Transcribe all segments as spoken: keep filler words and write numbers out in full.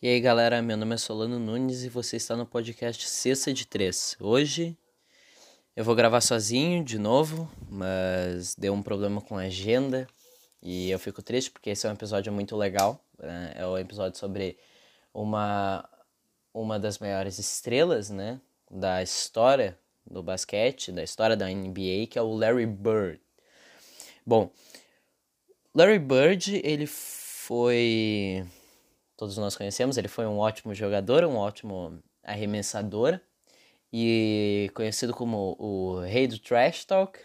E aí galera, meu nome é Solano Nunes e você está no podcast Sexta de Três. Hoje eu vou gravar sozinho de novo, mas deu um problema com a agenda e eu fico triste porque esse é um episódio muito legal. Né? É um episódio sobre uma, uma das maiores estrelas, né, da história do basquete, da história da N B A, que é o Larry Bird. Bom, Larry Bird, ele foi... todos nós conhecemos, ele foi um ótimo jogador, um ótimo arremessador e conhecido como o rei do trash talk.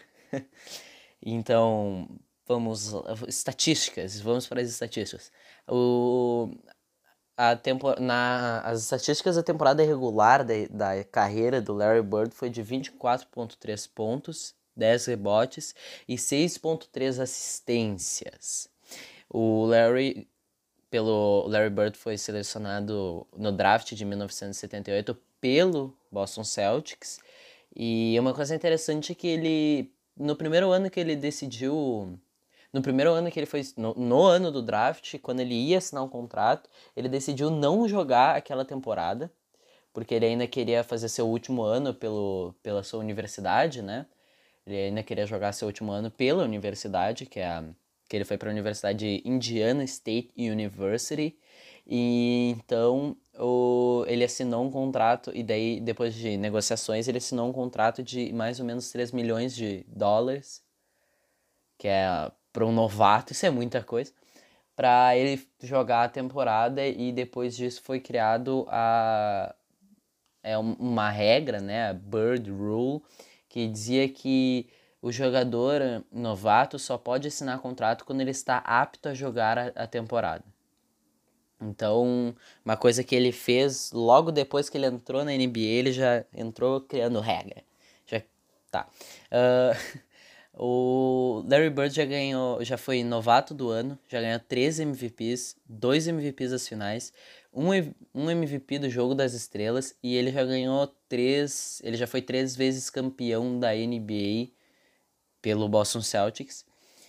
Então, vamos estatísticas, vamos para as estatísticas. O a tempo, na, as estatísticas da temporada regular da, da carreira do Larry Bird foi de vinte e quatro vírgula três pontos, dez rebotes e seis vírgula três assistências. O Larry pelo Larry Bird foi selecionado no draft de mil novecentos e setenta e oito pelo Boston Celtics. E uma coisa interessante é que ele, no primeiro ano que ele decidiu, no primeiro ano que ele foi, no, no ano do draft, quando ele ia assinar um contrato, ele decidiu não jogar aquela temporada, porque ele ainda queria fazer seu último ano pelo, pela sua universidade, né? Ele ainda queria jogar seu último ano pela universidade, que é a que ele foi para a Universidade de Indiana State University, e então o, ele assinou um contrato, e daí depois de negociações ele assinou um contrato de mais ou menos três milhões de dólares, que é para um novato, isso é muita coisa, para ele jogar a temporada, e depois disso foi criado a é uma regra, né, a Bird Rule, que dizia que o jogador novato só pode assinar contrato quando ele está apto a jogar a, a temporada. Então, uma coisa que ele fez logo depois que ele entrou na N B A, ele já entrou criando regra. Já tá. Uh, o Larry Bird já ganhou, já foi novato do ano, já ganhou três M V Ps, dois M V Ps das finais, um, um M V P do Jogo das Estrelas, e ele já ganhou três, ele já foi três vezes campeão da N B A pelo Boston Celtics.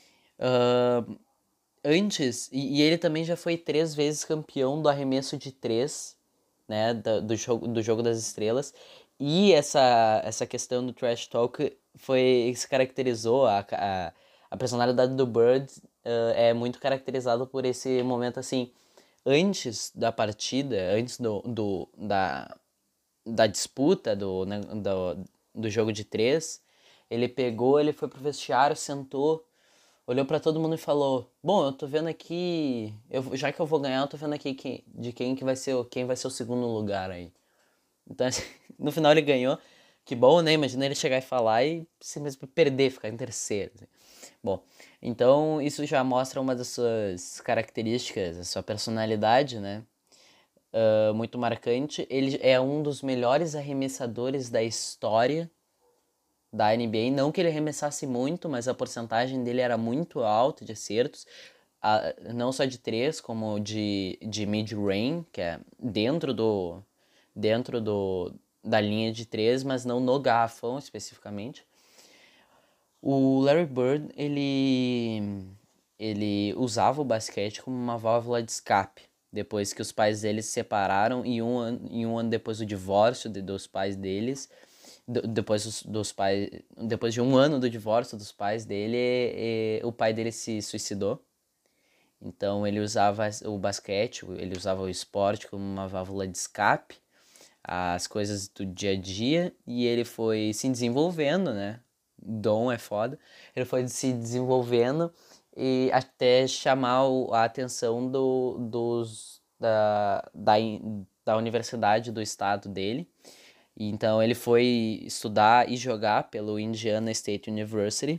Uh, antes, e, e ele também já foi três vezes campeão do arremesso de três, né, do, do, jogo, do jogo das estrelas, e essa, essa questão do trash talk foi, se caracterizou, a, a, a personalidade do Bird uh, é muito caracterizada por esse momento, assim, antes da partida, antes do, do, da, da disputa do, né, do, do jogo de três, ele pegou, ele foi pro vestiário, sentou, olhou pra todo mundo e falou: bom, eu tô vendo aqui, eu, já que eu vou ganhar, eu tô vendo aqui quem, de quem que vai ser, quem vai ser o segundo lugar aí. Então, assim, no final ele ganhou. Que bom, né? Imagina ele chegar e falar e simplesmente perder, ficar em terceiro. Assim. Bom, então isso já mostra uma das suas características, a sua personalidade, né? Uh, muito marcante. Ele é um dos melhores arremessadores da história da N B A. Não que ele arremessasse muito, mas a porcentagem dele era muito alta de acertos. Uh, não só de três, como de, de mid-range, que é dentro do, dentro do, da linha de três, mas não no garrafão especificamente. O Larry Bird, ele, ele usava o basquete como uma válvula de escape, depois que os pais deles se separaram, e um ano, e um ano depois do divórcio de, dos pais deles, do, depois, dos, dos pais, depois de um ano do divórcio dos pais dele, e, e, o pai dele se suicidou. Então ele usava o basquete, ele usava o esporte como uma válvula de escape, as coisas do dia a dia, e ele foi se desenvolvendo, né? Dom é foda. Ele foi se desenvolvendo e até chamar a atenção do, dos, da, da, da universidade do estado dele. Então ele foi estudar e jogar pelo Indiana State University.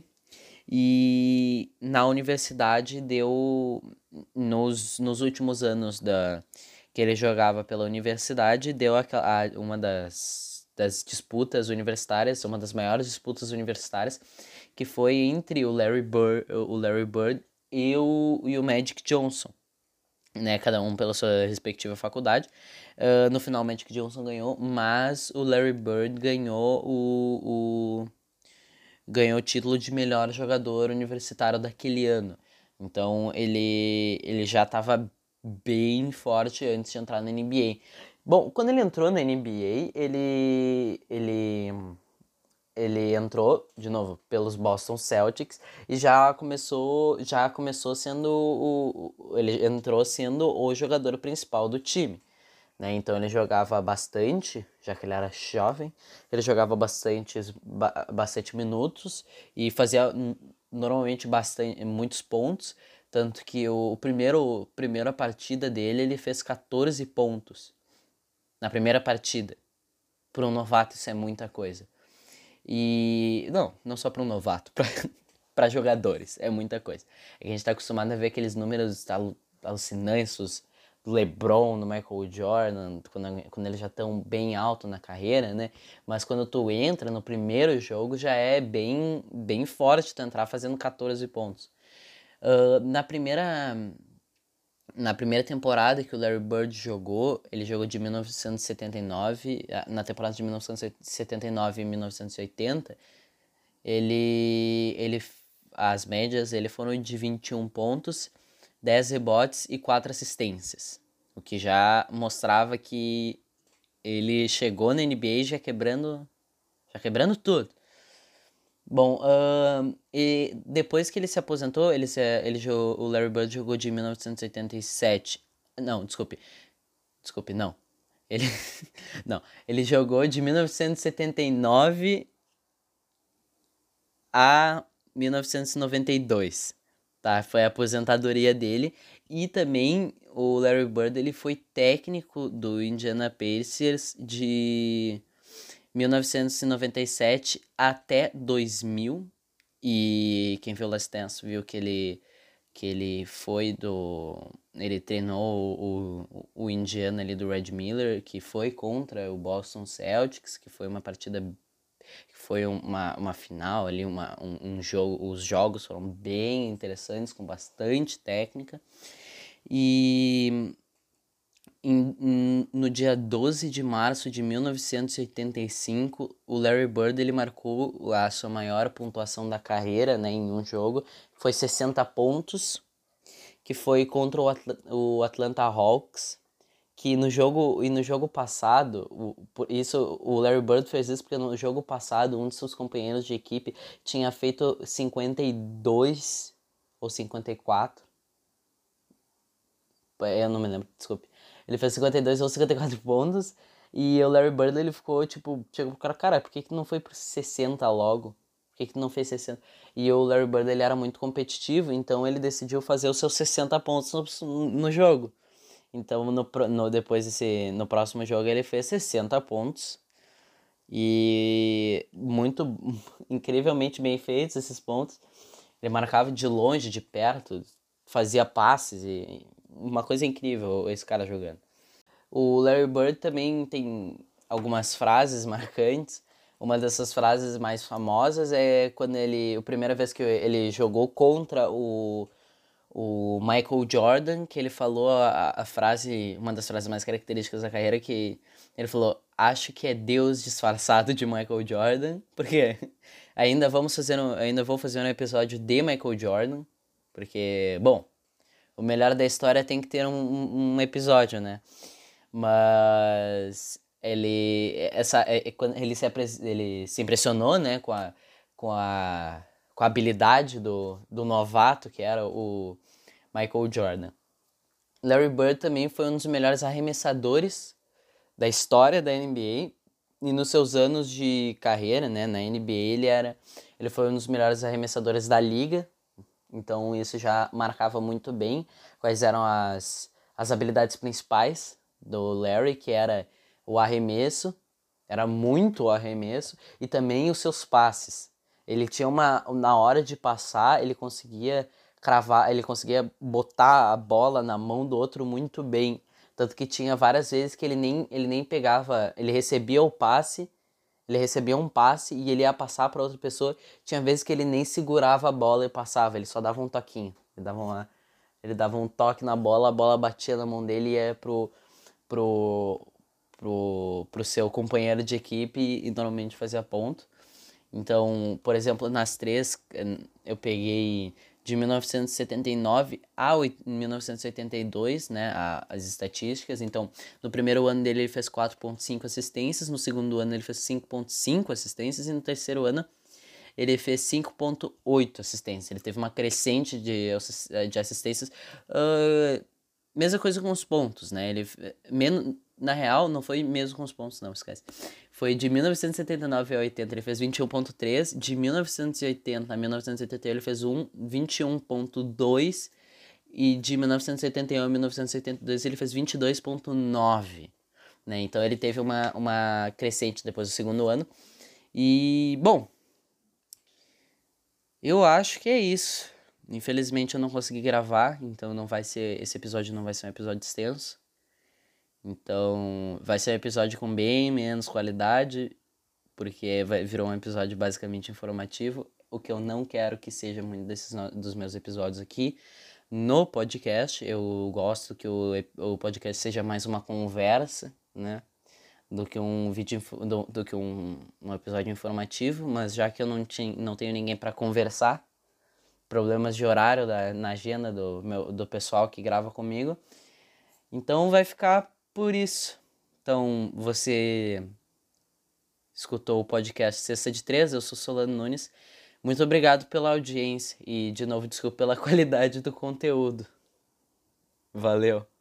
E na universidade deu, nos, nos últimos anos da, que ele jogava pela universidade, deu a, a, uma das, das disputas universitárias, uma das maiores disputas universitárias, que foi entre o Larry Bird, o Larry Bird e, o, e o Magic Johnson, né, cada um pela sua respectiva faculdade. Uh, no final o Magic Johnson ganhou, mas o Larry Bird ganhou o, o ganhou o título de melhor jogador universitário daquele ano. Então ele, ele já estava bem forte antes de entrar na N B A. Bom, quando ele entrou na N B A, ele, ele, ele entrou, de novo, pelos Boston Celtics e já começou, já começou sendo o, o- ele entrou sendo o jogador principal do time, né? Então ele jogava bastante, já que ele era jovem, ele jogava bastante, ba- bastante minutos e fazia n- normalmente bastante, muitos pontos, tanto que o, o primeiro, primeira partida dele ele fez catorze pontos na primeira partida. Para um novato isso é muita coisa. E não, não só para um novato, para jogadores, é muita coisa. É que a gente está acostumado a ver aqueles números alu- alucinantes do LeBron, do Michael Jordan, quando, quando eles já estão bem alto na carreira, né? Mas quando tu entra no primeiro jogo já é bem, bem forte tu entrar fazendo catorze pontos. Uh, na primeira na primeira temporada que o Larry Bird jogou, ele jogou de mil novecentos e setenta e nove, na temporada de mil novecentos e setenta e nove e mil novecentos e oitenta, ele, ele, as médias ele foram de vinte e um pontos, dez rebotes e quatro assistências, o que já mostrava que ele chegou na N B A já quebrando, já quebrando tudo. Bom, ahn, e depois que ele se aposentou, ele se, ele, jo- o Larry Bird jogou de mil novecentos e oitenta e sete. Não, desculpe. Desculpe, não. Ele não, ele jogou de mil novecentos e setenta e nove a mil novecentos e noventa e dois, tá? Foi a aposentadoria dele e também o Larry Bird ele foi técnico do Indiana Pacers de mil novecentos e noventa e sete até dois mil, e quem viu Last Dance viu que ele que ele foi do ele treinou o, o, o Indiana ali do Red Miller, que foi contra o Boston Celtics, que foi uma partida que foi uma, uma final ali, uma, um, um jogo, os jogos foram bem interessantes, com bastante técnica. E em, em, no dia doze de março de mil novecentos e oitenta e cinco, o Larry Bird ele marcou a sua maior pontuação da carreira, né, em um jogo, foi sessenta pontos, que foi contra o, Atl o Atlanta Hawks, que no jogo e no jogo passado, o, por isso o Larry Bird fez isso porque no jogo passado um de seus companheiros de equipe tinha feito cinquenta e dois ou cinquenta e quatro. Eu não me lembro, desculpe. Ele fez cinquenta e dois ou cinquenta e quatro pontos e o Larry Bird ele ficou tipo, chegou pro cara, cara, por que que não foi pro sessenta logo? Por que que tu não fez sessenta? E o Larry Bird ele era muito competitivo, então ele decidiu fazer os seus sessenta pontos no, no jogo. Então no, no, depois desse, no próximo jogo ele fez sessenta pontos e muito incrivelmente bem feitos esses pontos. Ele marcava de longe, de perto, fazia passes e uma coisa incrível esse cara jogando. O Larry Bird também tem algumas frases marcantes. Uma dessas frases mais famosas é quando ele, a primeira vez que ele jogou contra o, o Michael Jordan, que ele falou a, a frase, uma das frases mais características da carreira, que ele falou: acho que é Deus disfarçado de Michael Jordan, porque ainda vamos fazer um, ainda vou fazer um episódio de Michael Jordan, porque, bom, o melhor da história tem que ter um, um, um episódio, né? Mas ele essa é, é, quando ele se ele se impressionou, né, com a com a com a habilidade do, do novato que era o Michael Jordan. Larry Bird também foi um dos melhores arremessadores da história da N B A, e nos seus anos de carreira, né, na N B A ele era ele foi um dos melhores arremessadores da liga. Então isso já marcava muito bem quais eram as, as habilidades principais do Larry, que era o arremesso, era muito o arremesso, e também os seus passes. Ele tinha uma, na hora de passar, ele conseguia cravar, ele conseguia botar a bola na mão do outro muito bem. Tanto que tinha várias vezes que ele nem, ele nem pegava, ele recebia o passe, ele recebia um passe e ele ia passar para outra pessoa. Tinha vezes que ele nem segurava a bola e passava, ele só dava um toquinho. Ele dava, uma, ele dava um toque na bola, a bola batia na mão dele e ia pro, pro, pro, pro seu companheiro de equipe e normalmente fazia ponto. Então, por exemplo, nas três eu peguei de mil novecentos e setenta e nove a mil novecentos e oitenta e dois, né, a, as estatísticas. Então, no primeiro ano dele ele fez quatro ponto cinco assistências, no segundo ano ele fez cinco ponto cinco assistências e no terceiro ano ele fez cinco ponto oito assistências. Ele teve uma crescente de, de assistências. Uh, mesma coisa com os pontos, né? Ele, menos, na real, não foi mesmo com os pontos, não, esquece. Foi de mil novecentos e setenta e nove a oitenta ele fez vinte e um ponto três. De mil novecentos e oitenta a mil novecentos e oitenta e um ele fez um, vinte e um ponto dois. E de mil novecentos e oitenta e um a mil novecentos e oitenta e dois ele fez vinte e dois ponto nove. Né? Então ele teve uma, uma crescente depois do segundo ano. E, bom, eu acho que é isso. Infelizmente eu não consegui gravar, então não vai ser, esse episódio não vai ser um episódio extenso. Então vai ser um episódio com bem menos qualidade, porque vai, virou um episódio basicamente informativo, o que eu não quero que seja muito desses dos meus episódios aqui no podcast. Eu gosto que o, o podcast seja mais uma conversa, né? Do que um vídeo do, do que um, um episódio informativo, mas já que eu não, tinha, não tenho ninguém para conversar, problemas de horário da, na agenda do, meu, do pessoal que grava comigo, então vai ficar por isso. Então você escutou o podcast Sexta de Três, eu sou Solano Nunes, muito obrigado pela audiência e de novo desculpa pela qualidade do conteúdo. Valeu!